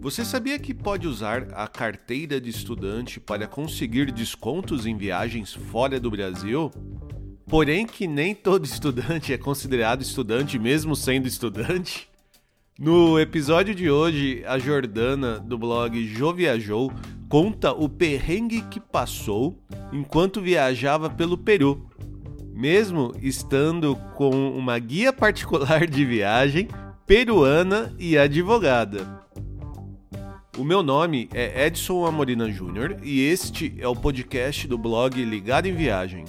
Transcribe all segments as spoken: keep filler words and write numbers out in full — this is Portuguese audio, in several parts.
Você sabia que pode usar a carteira de estudante para conseguir descontos em viagens fora do Brasil? Porém que nem todo estudante é considerado estudante mesmo sendo estudante? No episódio de hoje, a Jordana, do blog Jô Viajou, conta o perrengue que passou enquanto viajava pelo Peru, mesmo estando com uma guia particular de viagem, peruana e advogada. O meu nome é Edson Amorina Júnior e este é o podcast do blog Ligado em Viagem.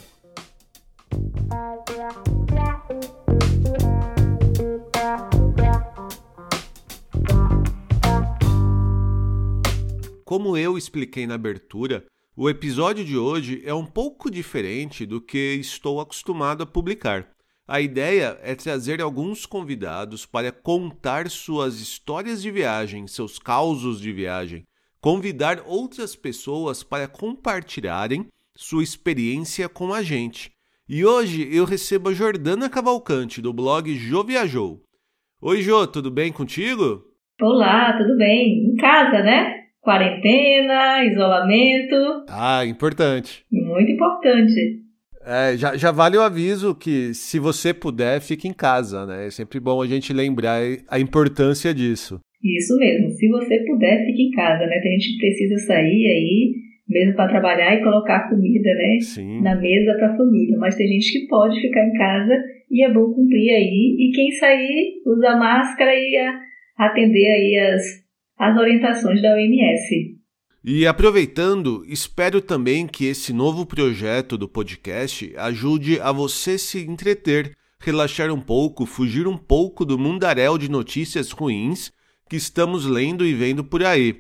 Como eu expliquei na abertura, o episódio de hoje é um pouco diferente do que estou acostumado a publicar. A ideia é trazer alguns convidados para contar suas histórias de viagem, seus causos de viagem, convidar outras pessoas para compartilharem sua experiência com a gente. E hoje eu recebo a Jordana Cavalcante, do blog Jô Viajou. Oi, Jô, tudo bem contigo? Olá, tudo bem? Em casa, né? Quarentena, isolamento. Ah, importante. Muito importante. É, já, já vale o aviso que, se você puder, fique em casa, né? É sempre bom a gente lembrar a importância disso. Isso mesmo. Se você puder, fique em casa, né? Tem gente que precisa sair aí, mesmo para trabalhar e colocar comida, né? Sim. Na mesa para a família. Mas tem gente que pode ficar em casa e é bom cumprir aí. E quem sair, usa máscara e a, atender aí as, as orientações da O M S. E aproveitando, espero também que esse novo projeto do podcast ajude a você se entreter, relaxar um pouco, fugir um pouco do mundaréu de notícias ruins que estamos lendo e vendo por aí.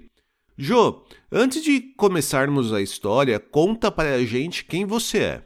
Jô, antes de começarmos a história, conta para a gente quem você é.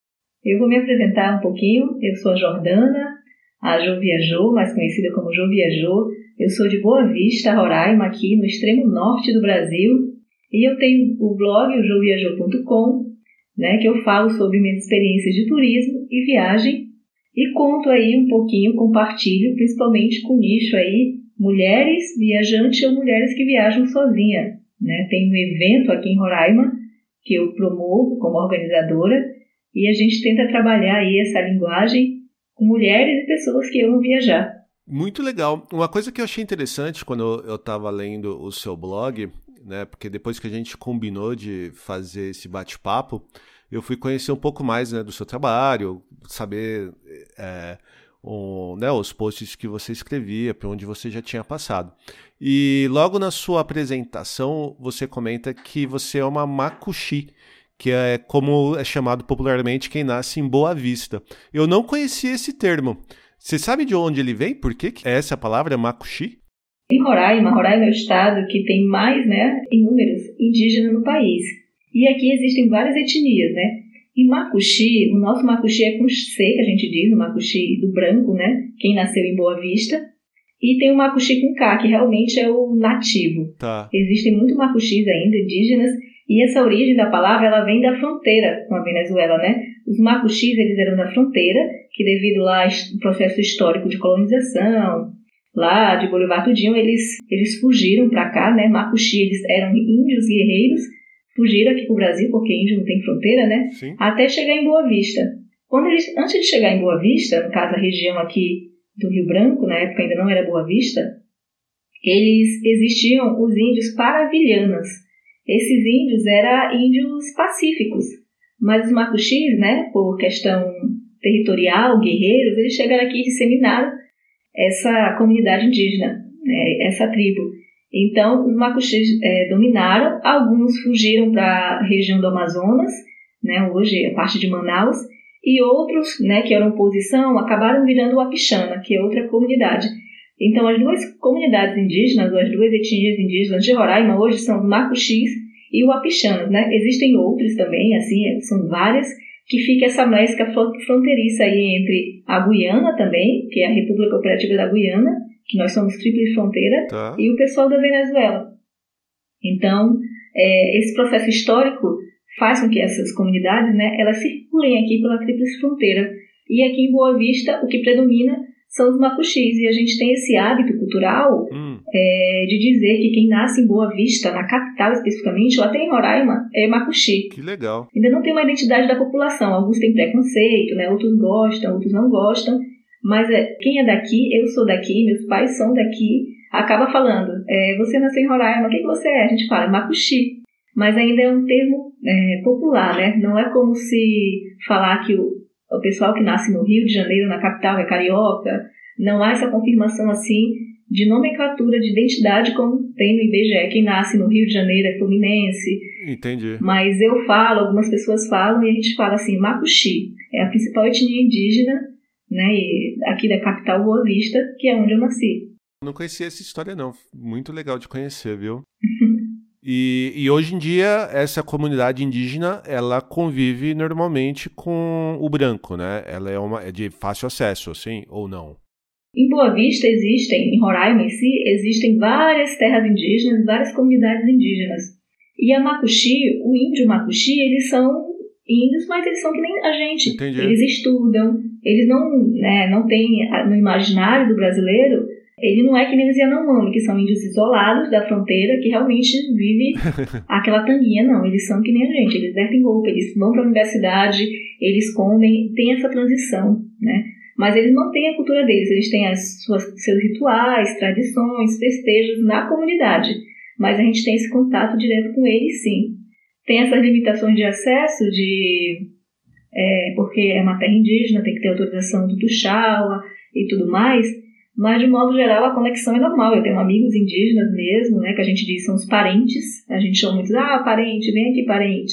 Eu vou me apresentar um pouquinho. Eu sou a Jordana, a Jô Viajou, mais conhecida como Jô Viajou. Eu sou de Boa Vista, Roraima, aqui no extremo norte do Brasil. E eu tenho o blog, o jô viajou ponto com, né, que eu falo sobre minhas experiências de turismo e viagem e conto aí um pouquinho, compartilho, principalmente com o nicho aí, mulheres viajantes ou mulheres que viajam sozinha, né? Tem um evento aqui em Roraima que eu promovo como organizadora e a gente tenta trabalhar aí essa linguagem com mulheres e pessoas que amam viajar. Muito legal. Uma coisa que eu achei interessante quando eu estava lendo o seu blog, né, porque depois que a gente combinou de fazer esse bate-papo, eu fui conhecer um pouco mais, né, do seu trabalho, saber é, um, né, os posts que você escrevia, por onde você já tinha passado. E logo na sua apresentação, você comenta que você é uma macuxi, que é como é chamado popularmente quem nasce em Boa Vista. Eu não conhecia esse termo. Você sabe de onde ele vem? Por que é essa palavra, macuxi? Em Roraima, Roraima é o estado que tem mais, né, em números indígenas no país. E aqui existem várias etnias, né? E macuxi, o nosso macuxi é com C, que a gente diz, o macuxi do branco, né? Quem nasceu em Boa Vista. E tem o macuxi com K, que realmente é o nativo. Tá. Existem muitos macuxis ainda, indígenas, e essa origem da palavra, ela vem da fronteira com a Venezuela, né? Os macuxis, eles eram da fronteira, que devido lá ao processo histórico de colonização, lá de Bolívar Tudinho, eles, eles fugiram para cá, né? Macuxi, eles eram índios guerreiros, fugiram aqui para o Brasil, porque índio não tem fronteira, né? Sim. Até chegar em Boa Vista. Quando eles, antes de chegar em Boa Vista, no caso a região aqui do Rio Branco, na época ainda não era Boa Vista, eles existiam os índios paravilhanas. Esses índios eram índios pacíficos, mas os macuxis, né, por questão territorial, guerreiros, eles chegaram aqui e disseminaram essa comunidade indígena, né, essa tribo. Então, os macuxis é, dominaram, alguns fugiram para a região do Amazonas, né, hoje a parte de Manaus, e outros, né, que eram oposição, acabaram virando o Apixana, que é outra comunidade. Então, as duas comunidades indígenas, ou as duas etnias indígenas de Roraima, hoje são os macuxis e o Apixanas, né? Existem outros também, assim, são várias, que fica essa mescla fronteiriça aí entre a Guiana também, que é a República Cooperativa da Guiana, que nós somos tríplice fronteira, Tá. e o pessoal da Venezuela. Então, é, esse processo histórico faz com que essas comunidades, né, elas circulem aqui pela tríplice fronteira. E aqui em Boa Vista, o que predomina são os macuxis. E a gente tem esse hábito cultural Hum. é, de dizer que quem nasce em Boa Vista, na capital especificamente, ou até em Roraima, é macuxi. Que legal. Ainda não tem uma identidade da população. Alguns têm preconceito, né? Outros gostam, outros não gostam. Mas é, quem é daqui, eu sou daqui, meus pais são daqui, acaba falando, é, você nasceu em Roraima, o que, que você é? A gente fala, macuxi. Mas ainda é um termo é, popular, né? Não é como se falar que o, o pessoal que nasce no Rio de Janeiro, na capital, é carioca. Não há essa confirmação assim de nomenclatura, de identidade, como tem no I B G E. Quem nasce no Rio de Janeiro é fluminense. Entendi. Mas eu falo, algumas pessoas falam, e a gente fala assim, macuxi. É a principal etnia indígena, né, e aqui da capital Boa Vista, que é onde eu nasci. Não conhecia essa história, não. Muito legal de conhecer, viu? E, e hoje em dia, essa comunidade indígena, ela convive normalmente com o branco, né? Ela é, uma, é de fácil acesso, assim, ou não? Em Boa Vista existem, em Roraima em si, existem várias terras indígenas, várias comunidades indígenas. E a macuxi, o índio macuxi, eles são índios, mas eles são que nem a gente. Entendi. Eles estudam, eles não, né, não têm, no imaginário do brasileiro, ele não é que nem os Yanomami, que são índios isolados da fronteira, que realmente vive aquela tanguinha, não. Eles são que nem a gente, eles vestem roupa, eles vão para a universidade, eles comem, tem essa transição, né? Mas eles mantêm a cultura deles, eles têm as suas, seus rituais, tradições, festejos na comunidade. Mas a gente tem esse contato direto com eles, sim. Tem essas limitações de acesso, de, é, porque é uma terra indígena, tem que ter autorização do Tuxaua e tudo mais, mas de modo geral a conexão é normal. Eu tenho amigos indígenas mesmo, né, que a gente diz são os parentes, a gente chama muito, ah, parente, vem aqui, parente.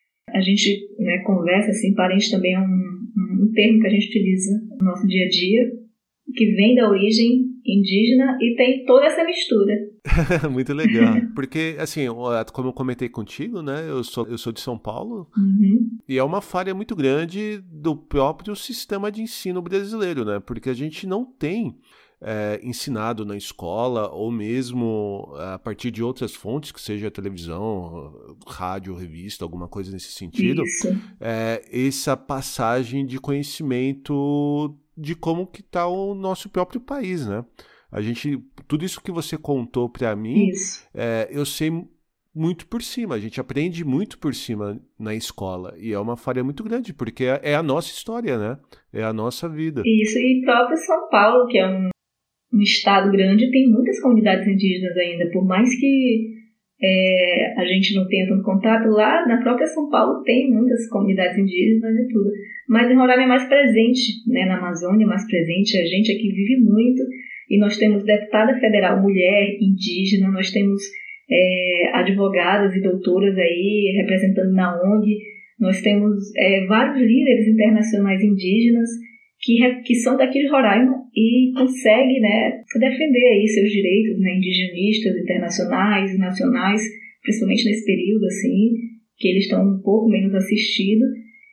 A gente, né, conversa assim, parente também é um, um, um termo que a gente utiliza no nosso dia a dia, que vem da origem indígena e tem toda essa mistura. Muito legal. Porque, assim, como eu comentei contigo, né? Eu sou, eu sou de São Paulo. Uhum. E é uma falha muito grande do próprio sistema de ensino brasileiro, né? Porque a gente não tem é, ensinado na escola ou mesmo a partir de outras fontes, que seja televisão, rádio, revista, alguma coisa nesse sentido, é, essa passagem de conhecimento de como que está o nosso próprio país, né? A gente, tudo isso que você contou para mim, é, eu sei muito por cima. A gente aprende muito por cima na escola. E é uma falha muito grande, porque é, é a nossa história, né? É a nossa vida. Isso, e próprio São Paulo, que é um, um estado grande, tem muitas comunidades indígenas ainda. Por mais que é, a gente não tenha tanto contato, lá na própria São Paulo tem muitas comunidades indígenas e tudo. Mas em Roraima é mais presente, né? Na Amazônia é mais presente. A gente aqui vive muito. E nós temos deputada federal mulher indígena, nós temos é, advogadas e doutoras aí representando na O N G, nós temos é, vários líderes internacionais indígenas que, que são daqui de Roraima e conseguem, né, defender aí seus direitos, né, indigenistas, internacionais, nacionais, principalmente nesse período assim, que eles estão um pouco menos assistidos,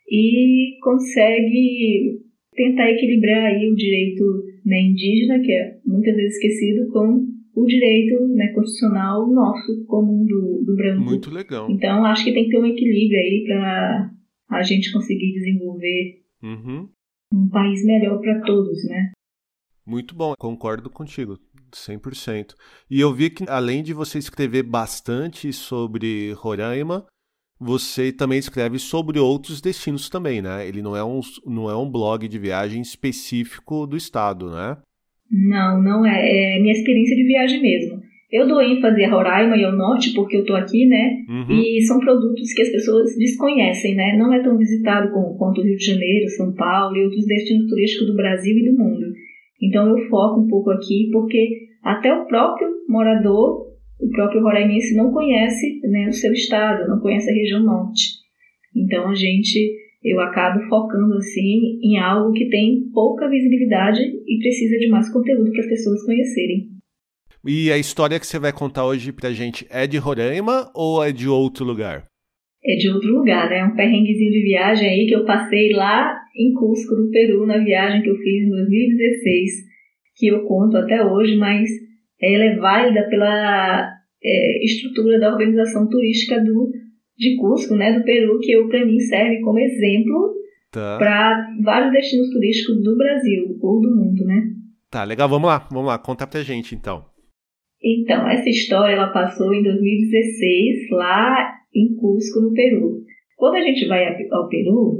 e consegue tentar equilibrar aí o direito, né, indígena, que é muitas vezes esquecido, com o direito, né, constitucional nosso, comum do, do branco. Muito legal. Então, acho que tem que ter um equilíbrio aí para a gente conseguir desenvolver uhum. um país melhor para todos, né? Muito bom, concordo contigo, cem por cento. E eu vi que, além de você escrever bastante sobre Roraima, você também escreve sobre outros destinos também, né? Ele não é um, não é um blog de viagem específico do estado, né? Não, não é. É minha experiência de viagem mesmo. Eu dou ênfase a Roraima e ao norte porque eu tô aqui, né? Uhum. E são produtos que as pessoas desconhecem, né? Não é tão visitado quanto o Rio de Janeiro, São Paulo e outros destinos turísticos do Brasil e do mundo. Então eu foco um pouco aqui porque até o próprio morador, o próprio roraimense não conhece, né, o seu estado, não conhece a região norte. Então a gente, eu acabo focando assim em algo que tem pouca visibilidade e precisa de mais conteúdo para as pessoas conhecerem. E a história que você vai contar hoje pra gente é de Roraima ou é de outro lugar? É de outro lugar, né? Um perrenguezinho de viagem aí que eu passei lá em Cusco, no Peru, na viagem que eu fiz em dois mil e dezesseis, que eu conto até hoje, mas ela é válida pela é, estrutura da organização turística do, de Cusco, né, do Peru, que para mim serve como exemplo tá. para vários destinos turísticos do Brasil ou do mundo, né? Tá, legal. Vamos lá, vamos lá. Conta pra gente, então. Então, essa história ela passou em dois mil e dezesseis, lá em Cusco, no Peru. Quando a gente vai ao Peru,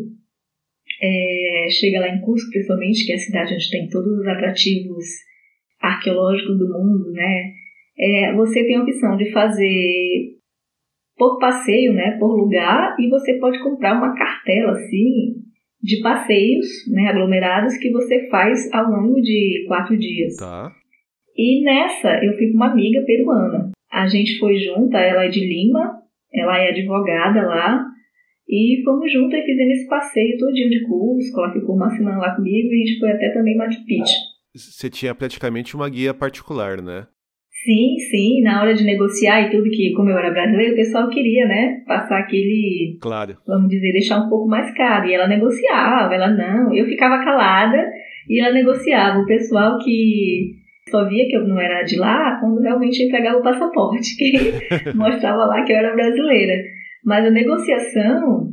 é, chega lá em Cusco, principalmente, que é a cidade onde tem todos os atrativos arqueológicos do mundo, né? É, você tem a opção de fazer por passeio, né, por lugar, e você pode comprar uma cartela, assim, de passeios, né, aglomerados, que você faz ao longo de quatro dias. Tá. E nessa, eu fui com uma amiga peruana. A gente foi junta, ela é de Lima, ela é advogada lá, e fomos juntas e fizemos esse passeio todinho de Cusco. Ela ficou uma semana lá comigo e a gente foi até também Machu Picchu. Você tinha praticamente uma guia particular, né? Sim, sim, na hora de negociar e tudo, que como eu era brasileira, o pessoal queria, né, passar aquele, claro, vamos dizer, deixar um pouco mais caro. E ela negociava, ela não, eu ficava calada e ela negociava. O pessoal que só via que eu não era de lá quando realmente eu entregava o passaporte, que mostrava lá que eu era brasileira. Mas a negociação,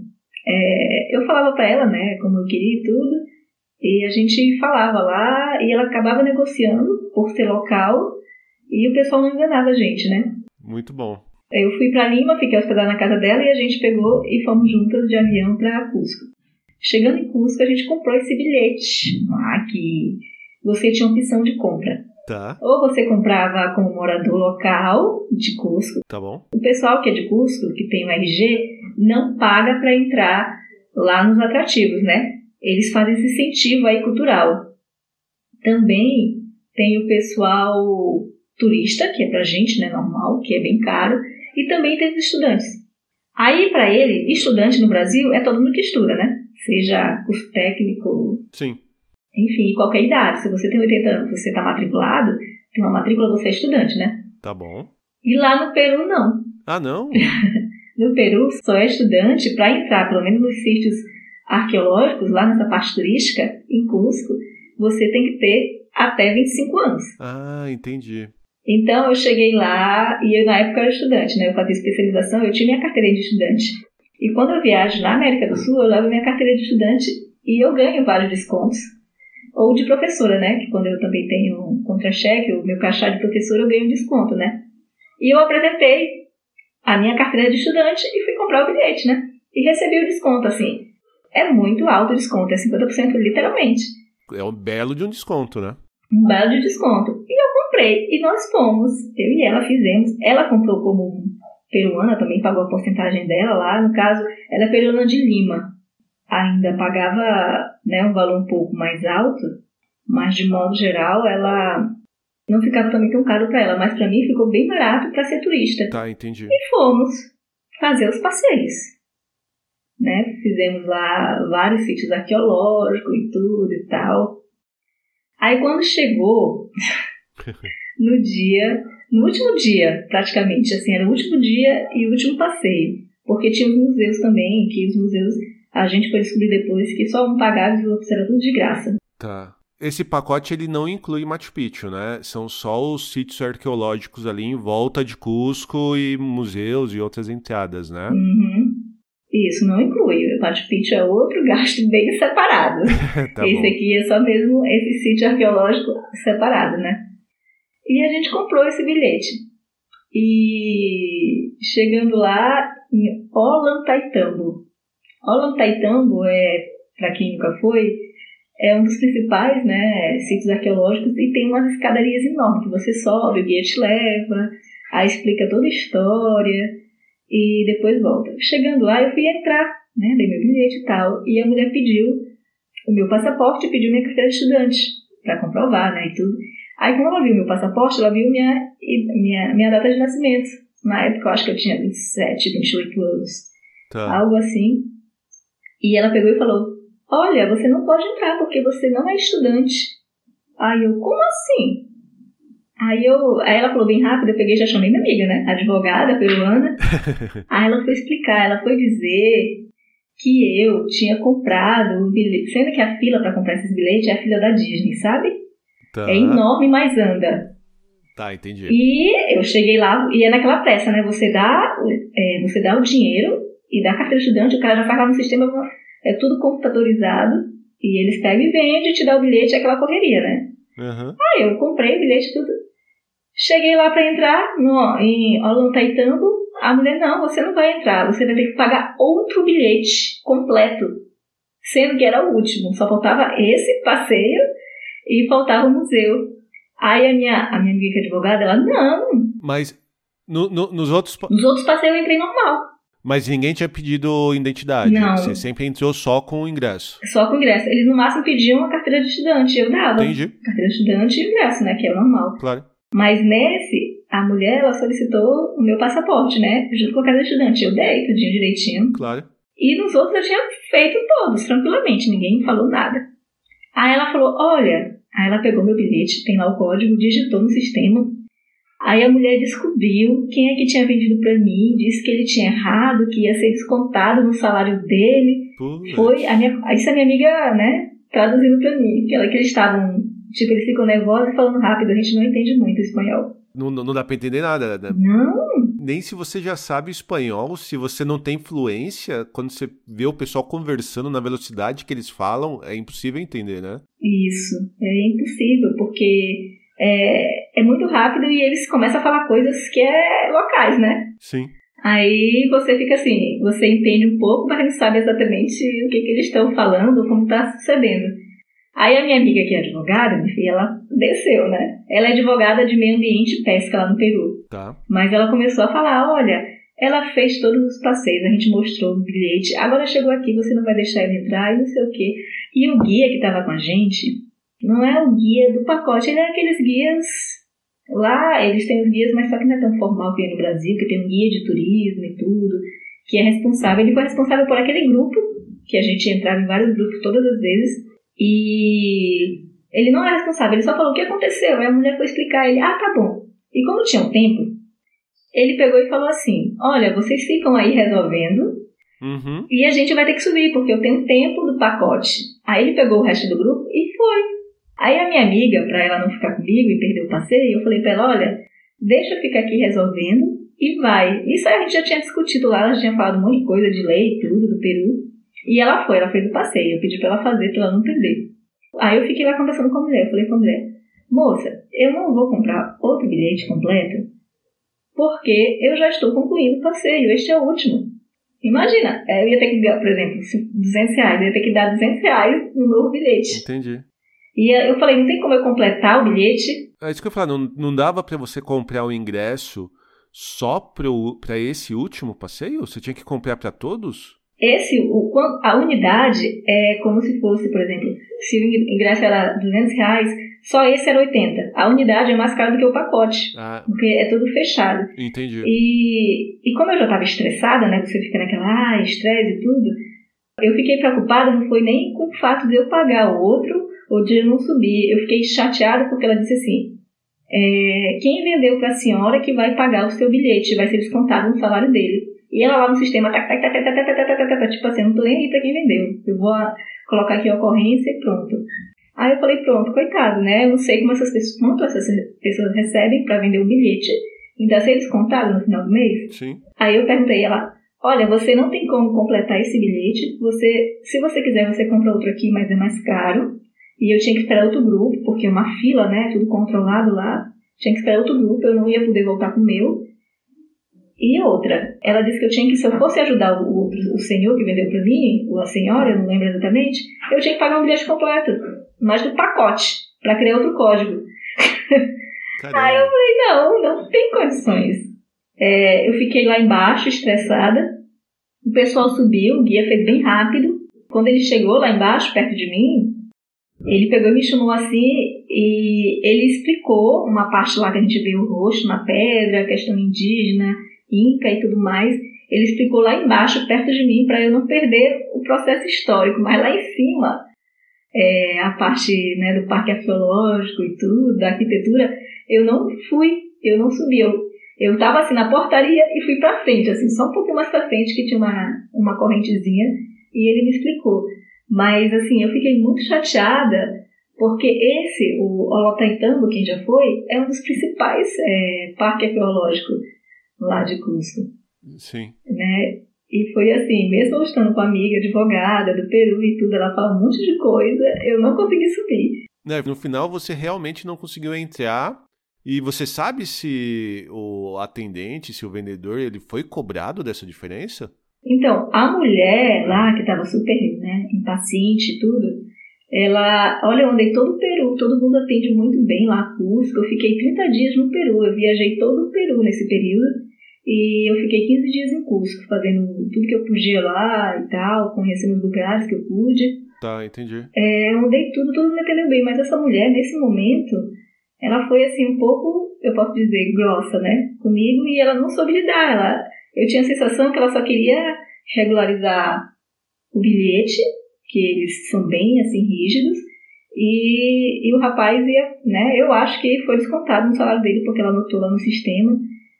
é, eu falava pra ela, né, como eu queria e tudo, e a gente falava lá e ela acabava negociando por ser local. E o pessoal não enganava a gente, né? Muito bom. Eu fui pra Lima, fiquei hospedada na casa dela e a gente pegou e fomos juntas de avião pra Cusco. Chegando em Cusco, a gente comprou esse bilhete. Ah, que você tinha opção de compra. Tá. Ou você comprava como morador local de Cusco. Tá bom. O pessoal que é de Cusco, que tem o R G, não paga pra entrar lá nos atrativos, né? Eles fazem esse incentivo aí cultural. Também tem o pessoal turista, que é pra gente, né, normal, que é bem caro, e também tem os estudantes. Aí, pra ele, estudante no Brasil é todo mundo que estuda, né? Seja curso técnico, sim, enfim, qualquer idade. Se você tem oitenta anos, você tá matriculado, tem uma matrícula, você é estudante, né? tá bom. E lá no Peru, não. Ah, não? No Peru, só é estudante para entrar, pelo menos nos sítios arqueológicos, lá nessa parte turística, em Cusco, você tem que ter até vinte e cinco anos. Ah, entendi. Então, eu cheguei lá, e eu na época era estudante, né? Eu fazia especialização, eu tinha minha carteira de estudante. E quando eu viajo na América do Sul, eu levo minha carteira de estudante e eu ganho vários descontos. Ou de professora, né? Que quando eu também tenho um contra-cheque, o meu crachá de professora, eu ganho um desconto, né? E eu apresentei a minha carteira de estudante e fui comprar o bilhete, né? E recebi o desconto, assim. É muito alto o desconto, é cinquenta por cento literalmente. É um belo de um desconto, né? Um belo de desconto. E eu comprei. E nós fomos. Eu e ela fizemos. Ela comprou como peruana, também pagou a porcentagem dela lá. No caso, ela é peruana de Lima. Ainda pagava, né, um valor um pouco mais alto. Mas, de modo geral, ela não ficava também tão caro para ela. Mas, para mim, ficou bem barato para ser turista. Tá, entendi. E fomos fazer os passeios. Né? Fizemos lá vários sítios arqueológicos e tudo e tal. Aí quando chegou no dia, no último dia praticamente, assim, era o último dia e o último passeio, porque tinha os museus também, que os museus a gente foi descobrir depois que só um pagava e os outros era tudo de graça. Tá. Esse pacote ele não inclui Machu Picchu, né? São só os sítios arqueológicos ali em volta de Cusco e museus e outras entradas, né? Uhum. Isso, não inclui. O Machu Picchu é outro gasto bem separado. Tá esse bom. aqui é só mesmo esse sítio arqueológico separado, né? E a gente comprou esse bilhete. E chegando lá em Ollantaytambo. Ollantaytambo é, para quem nunca foi, é um dos principais, né, sítios arqueológicos e tem umas escadarias enormes que você sobe, o guia te leva, aí explica toda a história e depois volta. Chegando lá, eu fui entrar, né, dei meu bilhete e tal, e a mulher pediu o meu passaporte e pediu minha carteira de estudante para comprovar, né, e tudo. Aí, quando ela viu meu passaporte, ela viu minha, minha, minha data de nascimento. Na época, eu acho que eu tinha vinte e sete, vinte e oito anos, Tá. algo assim. E ela pegou e falou: olha, você não pode entrar porque você não é estudante. Aí eu, como assim? Aí, eu, aí ela falou bem rápido, eu peguei e já chamei minha amiga, né? Advogada peruana. Aí ela foi explicar, ela foi dizer que eu tinha comprado um bilhete, sendo que a fila para comprar esses bilhetes é a fila da Disney, sabe? Tá. É enorme, mas anda. Tá, entendi. E eu cheguei lá, e é naquela pressa, né? Você dá, é, você dá o dinheiro e dá a carteira de estudante, o cara já faz lá no sistema, é tudo computadorizado, e eles pegam e vendem, te dá o bilhete, é aquela correria, né? Uhum. Aí eu comprei o bilhete e tudo. Cheguei lá para entrar no, em Ollantaytambo. A mulher, não, você não vai entrar. Você vai ter que pagar outro bilhete completo. Sendo que era o último. Só faltava esse passeio e faltava o museu. Aí a minha, a minha amiga que é advogada, ela, não. Mas no, no, nos outros... Nos outros passeios eu entrei normal. Mas ninguém tinha pedido identidade. Não. Você sempre entrou só com o ingresso. Só com o ingresso. Eles no máximo pediam a carteira de estudante. Eu dava. Entendi. Carteira de estudante e ingresso, né? Que é o normal. Claro. Mas nesse, a mulher, ela solicitou o meu passaporte, né? Junto com a carteira de estudante. Eu dei tudinho direitinho. Claro. E nos outros eu tinha feito todos, tranquilamente. Ninguém falou nada. Aí ela falou, olha... Aí ela pegou meu bilhete, tem lá o código, digitou no sistema. Aí a mulher descobriu quem é que tinha vendido pra mim, disse que ele tinha errado, que ia ser descontado no salário dele. Putz. Foi a minha, isso a minha amiga, né, traduzindo pra mim. Que, ela, que eles estavam, tipo, eles ficam nervosos e falando rápido, a gente não entende muito espanhol. Não, não dá pra entender nada, né? Não. Nem se você já sabe espanhol, se você não tem fluência, quando você vê o pessoal conversando na velocidade que eles falam, é impossível entender, né? Isso, é impossível, porque é, é muito rápido e eles começam a falar coisas que é locais, né? Sim. Aí você fica assim, você entende um pouco, mas não sabe exatamente o que, que eles estão falando, como está sucedendo. Aí a minha amiga que é advogada, minha filha, ela desceu, né? Ela é advogada de meio ambiente e pesca lá no Peru. Tá. Mas ela começou a falar, olha, ela fez todos os passeios, a gente mostrou o bilhete, agora chegou aqui, você não vai deixar ele entrar e não sei o quê. E o guia que estava com a gente, não é o guia do pacote, ele é aqueles guias... Lá eles têm os guias, mas só que não é tão formal que no Brasil, que tem um guia de turismo e tudo, que é responsável. Ele foi responsável por aquele grupo, que a gente entrava em vários grupos todas as vezes, e ele não é responsável, ele só falou o que aconteceu. Aí a mulher foi explicar, ele, ah, tá bom. E como tinha um tempo, ele pegou e falou assim, olha, vocês ficam aí resolvendo, uhum. e a gente vai ter que subir, porque eu tenho tempo do pacote. Aí ele pegou o resto do grupo e foi. Aí a minha amiga, pra ela não ficar comigo e perder o passeio, eu falei pra ela, olha, deixa eu ficar aqui resolvendo e vai. Isso aí a gente já tinha discutido lá, ela já tinha falado um monte de coisa de lei e tudo, do Peru. E ela foi, ela fez o passeio, eu pedi pra ela fazer, pra ela não perder. Aí eu fiquei lá conversando com a mulher, eu falei com a mulher, moça, eu não vou comprar outro bilhete completo, porque eu já estou concluindo o passeio, este é o último. Imagina, eu ia ter que dar, por exemplo, duzentos reais, eu ia ter que dar duzentos reais no novo bilhete. Entendi. E eu falei, não tem como eu completar o bilhete? É isso que eu ia falar, não, não dava pra você comprar o ingresso só pro, pra esse último passeio? Você tinha que comprar pra todos? Esse, o, a unidade é como se fosse, por exemplo, se o ingresso era duzentos reais, só esse era oitenta. A unidade é mais cara do que o pacote, ah, porque é tudo fechado. Entendi. E, e como eu já estava estressada, né, você fica naquela, ah, estresse e tudo, eu fiquei preocupada, não foi nem com o fato de eu pagar o outro ou de eu não subir. Eu fiquei chateada porque ela disse assim, é, quem vendeu para a senhora que vai pagar o seu bilhete, vai ser descontado no salário dele. E ela lá no sistema, tá, tá, tá, tá, tá, tá, tá, tá, tá, tipo assim, não tô nem aí pra quem vendeu. Eu vou colocar aqui a ocorrência e pronto. Aí eu falei, pronto, coitado, né? Eu não sei como essas pessoas, quanto essas pessoas recebem pra vender o bilhete. Ainda ser descontado no final do mês? Sim. Aí eu perguntei a ela, olha, você não tem como completar esse bilhete. Você, se você quiser, você compra outro aqui, mas é mais caro. E eu tinha que esperar outro grupo, porque uma fila, né? Tudo controlado lá. Tinha que esperar outro grupo, eu não ia poder voltar com o meu. E outra, ela disse que eu tinha que, se eu fosse ajudar o, o senhor que vendeu pra mim, ou a senhora, eu não lembro exatamente, eu tinha que pagar um bilhete completo, mais do pacote, pra criar outro código. Aí eu falei, não, não tem condições. É, eu fiquei lá embaixo, estressada, o pessoal subiu, o guia fez bem rápido. Quando ele chegou lá embaixo, perto de mim, ele pegou e me chamou assim, e ele explicou uma parte lá que a gente vê o rosto na pedra, a questão indígena, Inca e tudo mais. Ele explicou lá embaixo, perto de mim, para eu não perder o processo histórico. Mas lá em cima, é, a parte, né, do parque arqueológico e tudo, da arquitetura, eu não fui, eu não subi. Eu estava assim na portaria e fui para frente, assim, só um pouquinho mais para frente, que tinha uma, uma correntezinha, e ele me explicou. Mas assim, eu fiquei muito chateada, porque esse, o Ollantaytambo, quem já foi, é um dos principais é, parques arqueológicos lá de Cusco. Sim. Né? E foi assim, mesmo eu estando com a amiga advogada do Peru e tudo, ela fala um monte de coisa, eu não consegui subir. Né, no final você realmente não conseguiu entrar. E você sabe se o atendente, se o vendedor, ele foi cobrado dessa diferença? Então, a mulher lá, que estava super, né, impaciente e tudo, ela, olha, eu andei todo o Peru, todo mundo atende muito bem lá, Cusco. Eu fiquei trinta dias no Peru, eu viajei todo o Peru nesse período, e eu fiquei quinze dias em Cusco, fazendo tudo que eu podia lá e tal, conhecendo os lugares que eu pude. Tá, entendi. É, eu andei tudo, todo mundo entendeu bem, mas essa mulher, nesse momento, ela foi assim um pouco, eu posso dizer, grossa, né, comigo, e ela não soube lidar. Ela, eu tinha a sensação que ela só queria regularizar o bilhete, que eles são bem assim rígidos, e, e o rapaz ia, né, eu acho que foi descontado no salário dele, porque ela anotou lá no sistema.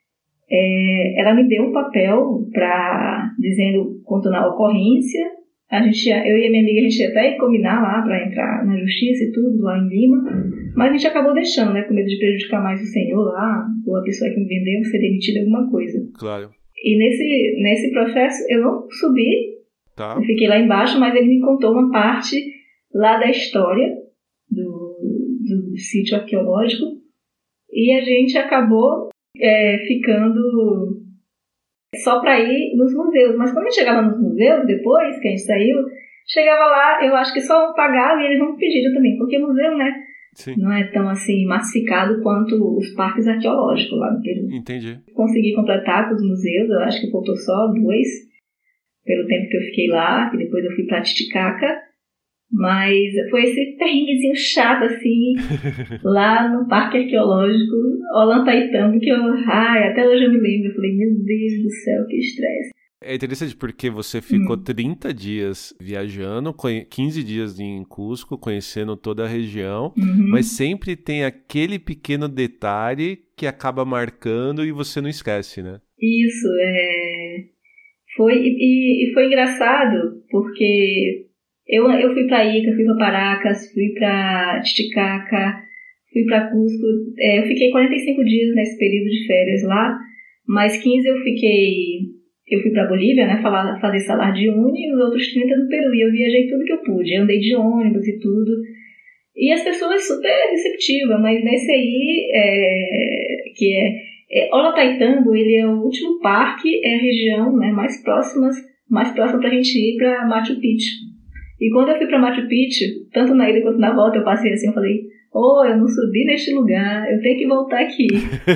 É, ela me deu um papel para dizendo, contando a ocorrência. A gente, eu e a minha amiga, a gente ia até combinar lá para entrar na justiça e tudo, lá em Lima, mas a gente acabou deixando, né, com medo de prejudicar mais o senhor lá, ou a pessoa que me vendeu ser demitida alguma coisa. Claro. E nesse, nesse processo eu não subi, tá. Eu fiquei lá embaixo, mas ele me contou uma parte lá da história do, do sítio arqueológico, e a gente acabou é, ficando só para ir nos museus. Mas quando a gente chegava nos museus, depois que a gente saiu, chegava lá, eu acho que só pagava e eles não pediram também, porque o museu, né, Sim. não é tão assim massificado quanto os parques arqueológicos lá no Peru. Entendi. Consegui completar com os museus, eu acho que faltou só dois, pelo tempo que eu fiquei lá, que depois eu fui para Titicaca, mas foi esse perrenguezinho chato, assim, lá no Parque Arqueológico Ollantaytambo, que eu, ai, até hoje eu me lembro, eu falei, meu Deus do céu, que estresse. É interessante porque você ficou hum. trinta dias viajando, quinze dias em Cusco, conhecendo toda a região, uhum. mas sempre tem aquele pequeno detalhe que acaba marcando e você não esquece, né? Isso, é... Foi, e, e foi engraçado, porque eu, eu fui para Ica, fui para Paracas, fui para Titicaca, fui para Cusco. É, eu fiquei quarenta e cinco dias nesse período de férias lá, mas quinze eu fiquei... Eu fui para Bolívia, né, falar, fazer salário de uni, e os outros trinta no Peru. E eu viajei tudo que eu pude, andei de ônibus e tudo. E as pessoas super receptivas, mas nesse aí, é, que é... é Ollantaytambo, ele é o último parque, é a região, né, mais próxima mais próxima para a gente ir para Machu Picchu. E quando eu fui para Machu Picchu, tanto na ida quanto na volta, eu passei assim, eu falei, oh, eu não subi neste lugar, eu tenho que voltar aqui.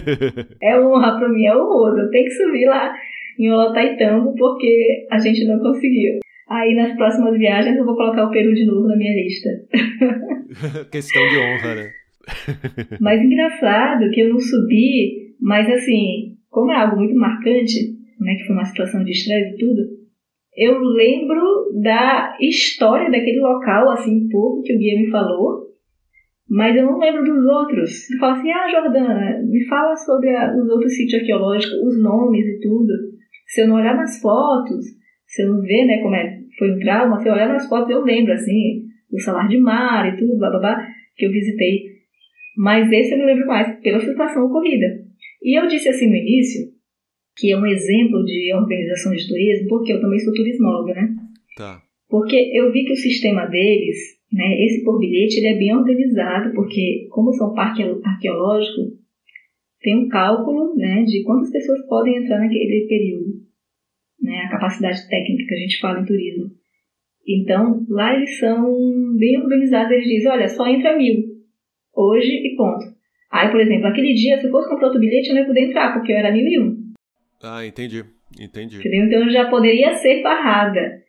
É honra para mim, é honroso, eu tenho que subir lá em Ollantaytambo, porque a gente não conseguiu. Aí nas próximas viagens eu vou colocar o Peru de novo na minha lista. Questão de honra, né? Mas engraçado que eu não subi, mas assim, como é algo muito marcante, né, que foi uma situação de estresse e tudo, eu lembro da história daquele local, assim, um pouco que o guia me falou, mas eu não lembro dos outros. Ele fala assim, ah, Jordana, me fala sobre a, os outros sítios arqueológicos, os nomes e tudo. Se eu não olhar nas fotos, se eu não ver, né, como é, foi um trauma, se eu olhar nas fotos eu lembro, assim, do Salar de Mar e tudo, blá, blá, blá, que eu visitei. Mas esse eu me lembro mais, pela situação ocorrida. E eu disse assim no início, que é um exemplo de organização de turismo, porque eu também sou turismóloga, né? Tá. Porque eu vi que o sistema deles, né, esse por bilhete, ele é bem organizado, porque como são parque arqueológico, tem um cálculo, né, de quantas pessoas podem entrar naquele período, né, a capacidade técnica que a gente fala em turismo. Então, lá eles são bem organizados, eles dizem, olha, só entra mil, hoje e ponto. Aí, por exemplo, aquele dia, se eu fosse comprar outro bilhete, eu não ia poder entrar, porque eu era mil e um. Ah, entendi, entendi. Entendeu? Então, eu já poderia ser barrada.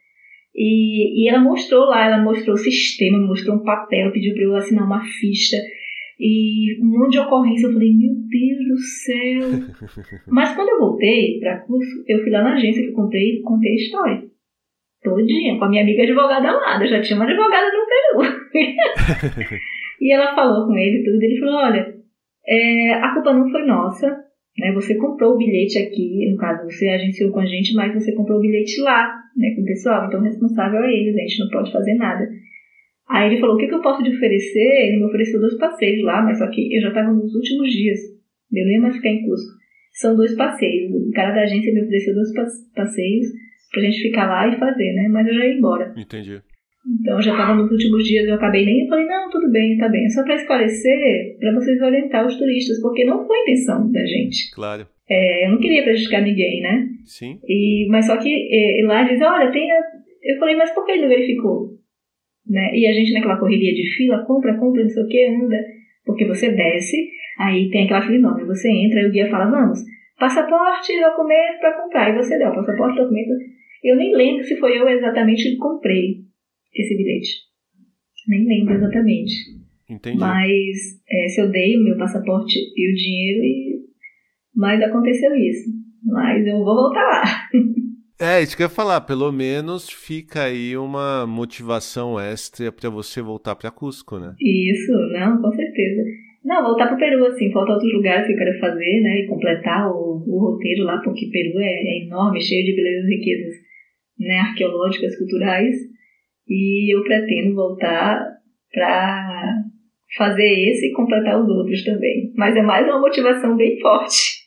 E, e ela mostrou lá, ela mostrou o sistema, mostrou um papel, pediu para eu assinar uma ficha, e um monte de ocorrência. Eu falei, meu Deus do céu. Mas quando eu voltei para curso, eu fui lá na agência que eu comprei e contei a história. Todinha, com a minha amiga advogada lá. Eu já tinha uma advogada no Peru. E ela falou com ele tudo. Ele falou, olha, é, a culpa não foi nossa, né? Você comprou o bilhete aqui, no caso você agenciou com a gente, mas você comprou o bilhete lá, né, com o pessoal, então o responsável é eles, a gente não pode fazer nada. Aí ele falou, o que, que eu posso te oferecer? Ele me ofereceu dois passeios lá, mas só que eu já estava nos últimos dias, eu não ia mais ficar em Cusco. São dois passeios, o cara da agência me ofereceu dois passeios pra gente ficar lá e fazer, né, mas eu já ia embora. Entendi. Então, eu já estava nos últimos dias, eu acabei nem... Eu falei, não, tudo bem, tá bem. É só para esclarecer, para vocês orientar os turistas, porque não foi a intenção da gente. Claro. É, eu não queria prejudicar ninguém, né? Sim. E, mas só que é, lá diz, olha, tem... A... Eu falei, mas por que ele não verificou? Né? E a gente naquela correria de fila, compra, compra, não sei o que, anda... Porque você desce, aí tem aquela fila enorme, você entra, aí o guia fala, vamos, passaporte, documento para comprar. E você deu o passaporte, documento... Eu nem lembro se foi eu exatamente que comprei esse bilhete. Nem lembro exatamente. Entendi. Mas é, se eu dei o meu passaporte e o dinheiro, e... mas aconteceu isso. Mas eu vou voltar lá. É, isso que eu ia falar. Pelo menos fica aí uma motivação extra para você voltar para Cusco, né? Isso, não, com certeza. Não, voltar para o Peru, assim, falta outros lugares que eu quero fazer, né? E completar o, o roteiro lá, porque o Peru é, é enorme, cheio de belezas e riquezas, né, arqueológicas, culturais. E eu pretendo voltar para fazer esse e completar os outros também. Mas é mais uma motivação bem forte.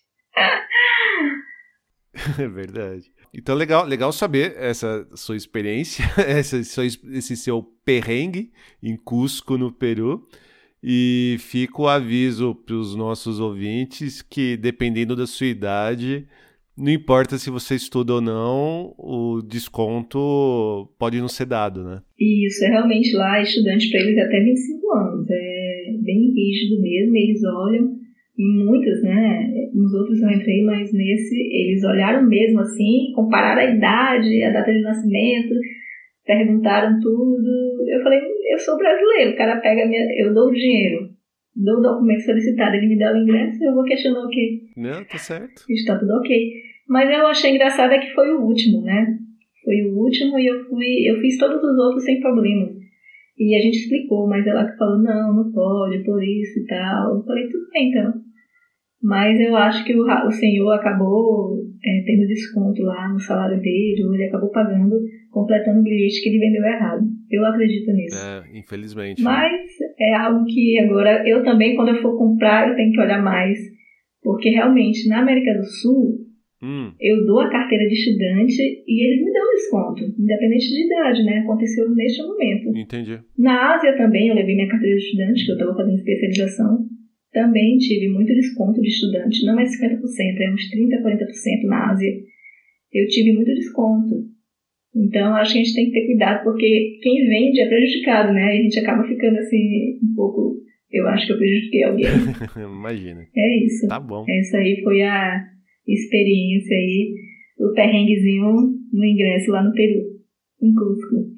É verdade. Então, legal, legal saber essa sua experiência, essa, esse seu perrengue em Cusco, no Peru. E fica o aviso para os nossos ouvintes que, dependendo da sua idade, não importa se você estuda ou não, o desconto pode não ser dado, né? Isso, é realmente lá, estudante para eles é até vinte e cinco anos. É bem rígido mesmo, eles olham em muitos, né? Nos outros eu entrei, mas nesse eles olharam mesmo assim, compararam a idade, a data de nascimento, perguntaram tudo. Eu falei, eu sou brasileiro, o cara pega, minha, eu dou o dinheiro, dou o documento solicitado, ele me dá o ingresso, eu vou questionar o quê? Não, tá certo. Está tudo ok. Mas eu achei engraçado é que foi o último, né? Foi o último e eu fui, eu fiz todos os outros sem problemas. E a gente explicou, mas ela que falou, não, não pode, por isso e tal. Eu falei, tudo bem então. Mas eu acho que o, o senhor acabou é, tendo desconto lá no salário dele, ou ele acabou pagando, completando o bilhete que ele vendeu errado. Eu acredito nisso. É, infelizmente. Mas é algo que agora, eu também, quando eu for comprar, eu tenho que olhar mais. Porque realmente, na América do Sul, hum. eu dou a carteira de estudante e eles me dão desconto, independente de idade, né? Aconteceu neste momento. Entendi. Na Ásia também, eu levei minha carteira de estudante, que eu estava fazendo especialização. Também tive muito desconto de estudante, não é cinquenta por cento, é uns trinta, quarenta por cento na Ásia. Eu tive muito desconto. Então, acho que a gente tem que ter cuidado, porque quem vende é prejudicado, né? E a gente acaba ficando assim, um pouco... Eu acho que eu prejudiquei alguém. Imagina. É isso. Tá bom. Essa aí foi a experiência aí, o perrenguezinho no ingresso lá no Peru, em Cusco.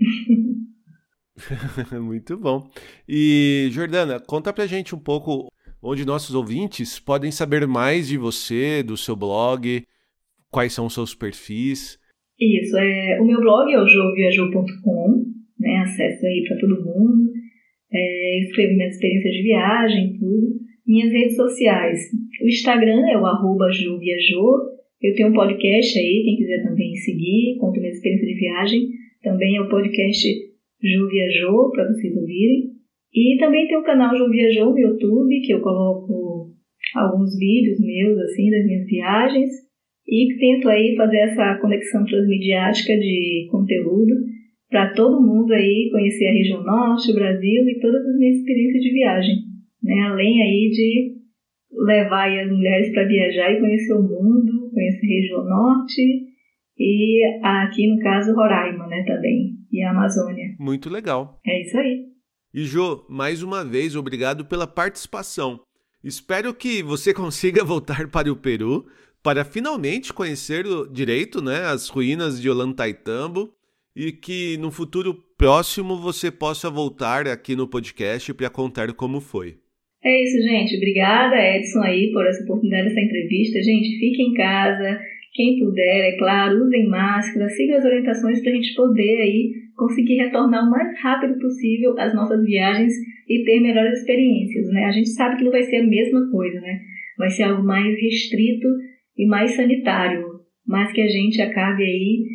Muito bom. E, Jordana, conta pra gente um pouco onde nossos ouvintes podem saber mais de você, do seu blog, quais são os seus perfis. Isso, é, o meu blog é o jo viajou ponto com, né, acesso aí para todo mundo, é, eu escrevo minhas experiências de viagem, tudo. Minhas redes sociais, o Instagram é o arroba joviajou, eu tenho um podcast aí, quem quiser também seguir, conto minhas experiências de viagem, também é o podcast Jo Viajou, para vocês ouvirem. E também tem o canal Jo Viajou no YouTube, que eu coloco alguns vídeos meus, assim, das minhas viagens. E tento aí fazer essa conexão transmediática de conteúdo para todo mundo aí conhecer a região norte, o Brasil e todas as minhas experiências de viagem. Né? Além aí de levar aí as mulheres para viajar e conhecer o mundo, conhecer a região norte e aqui, no caso, Roraima, né, também, e a Amazônia. Muito legal. É isso aí. E Jo, mais uma vez, obrigado pela participação. Espero que você consiga voltar para o Peru para finalmente conhecer direito, né, as ruínas de Ollantaytambo e que no futuro próximo você possa voltar aqui no podcast para contar como foi. É isso, gente. Obrigada, Edson, aí, por essa oportunidade dessa entrevista. Gente, fiquem em casa. Quem puder, é claro, usem máscara, sigam as orientações para a gente poder aí conseguir retornar o mais rápido possível às nossas viagens e ter melhores experiências, né? A gente sabe que não vai ser a mesma coisa, né? Vai ser algo mais restrito e mais sanitário, mas que a gente acabe aí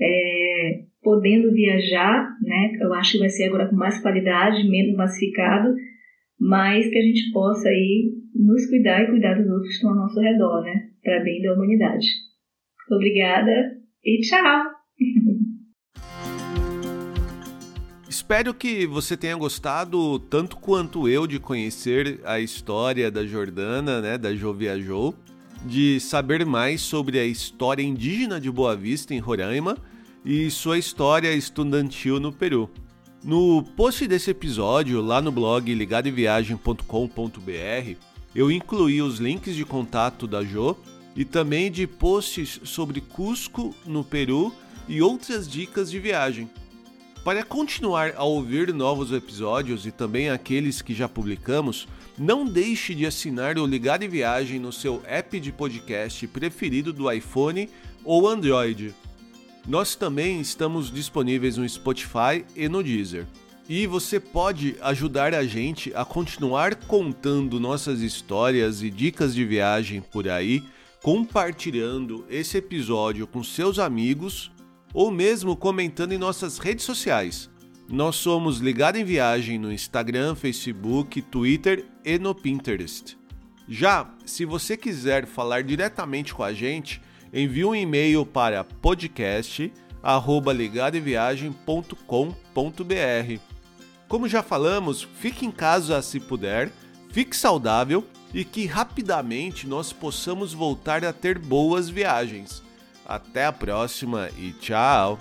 é, podendo viajar, né? Eu acho que vai ser agora com mais qualidade, menos massificado, mas que a gente possa aí nos cuidar e cuidar dos outros que estão ao nosso redor, né? Para bem da humanidade. Obrigada e tchau! Espero que você tenha gostado tanto quanto eu de conhecer a história da Jordana, né, da Jô Viajou, de saber mais sobre a história indígena de Boa Vista em Roraima e sua história estudantil no Peru. No post desse episódio, lá no blog ligado em viagem ponto com ponto b r, eu incluí os links de contato da Jô e também de posts sobre Cusco no Peru e outras dicas de viagem. Para continuar a ouvir novos episódios e também aqueles que já publicamos, não deixe de assinar o Ligado em Viagem no seu app de podcast preferido do iPhone ou Android. Nós também estamos disponíveis no Spotify e no Deezer. E você pode ajudar a gente a continuar contando nossas histórias e dicas de viagem por aí, compartilhando esse episódio com seus amigos ou mesmo comentando em nossas redes sociais. Nós somos Ligado em Viagem no Instagram, Facebook, Twitter e no Pinterest. Já, se você quiser falar diretamente com a gente, envie um e-mail para podcast arroba ligado em viagem ponto com ponto b r. Como já falamos, fique em casa se puder, fique saudável e que rapidamente nós possamos voltar a ter boas viagens. Até a próxima e tchau!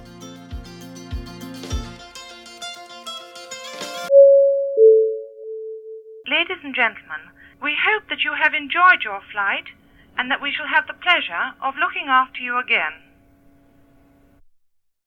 Ladies and gentlemen, we hope that you have enjoyed your flight and that we shall have the pleasure of looking after you again.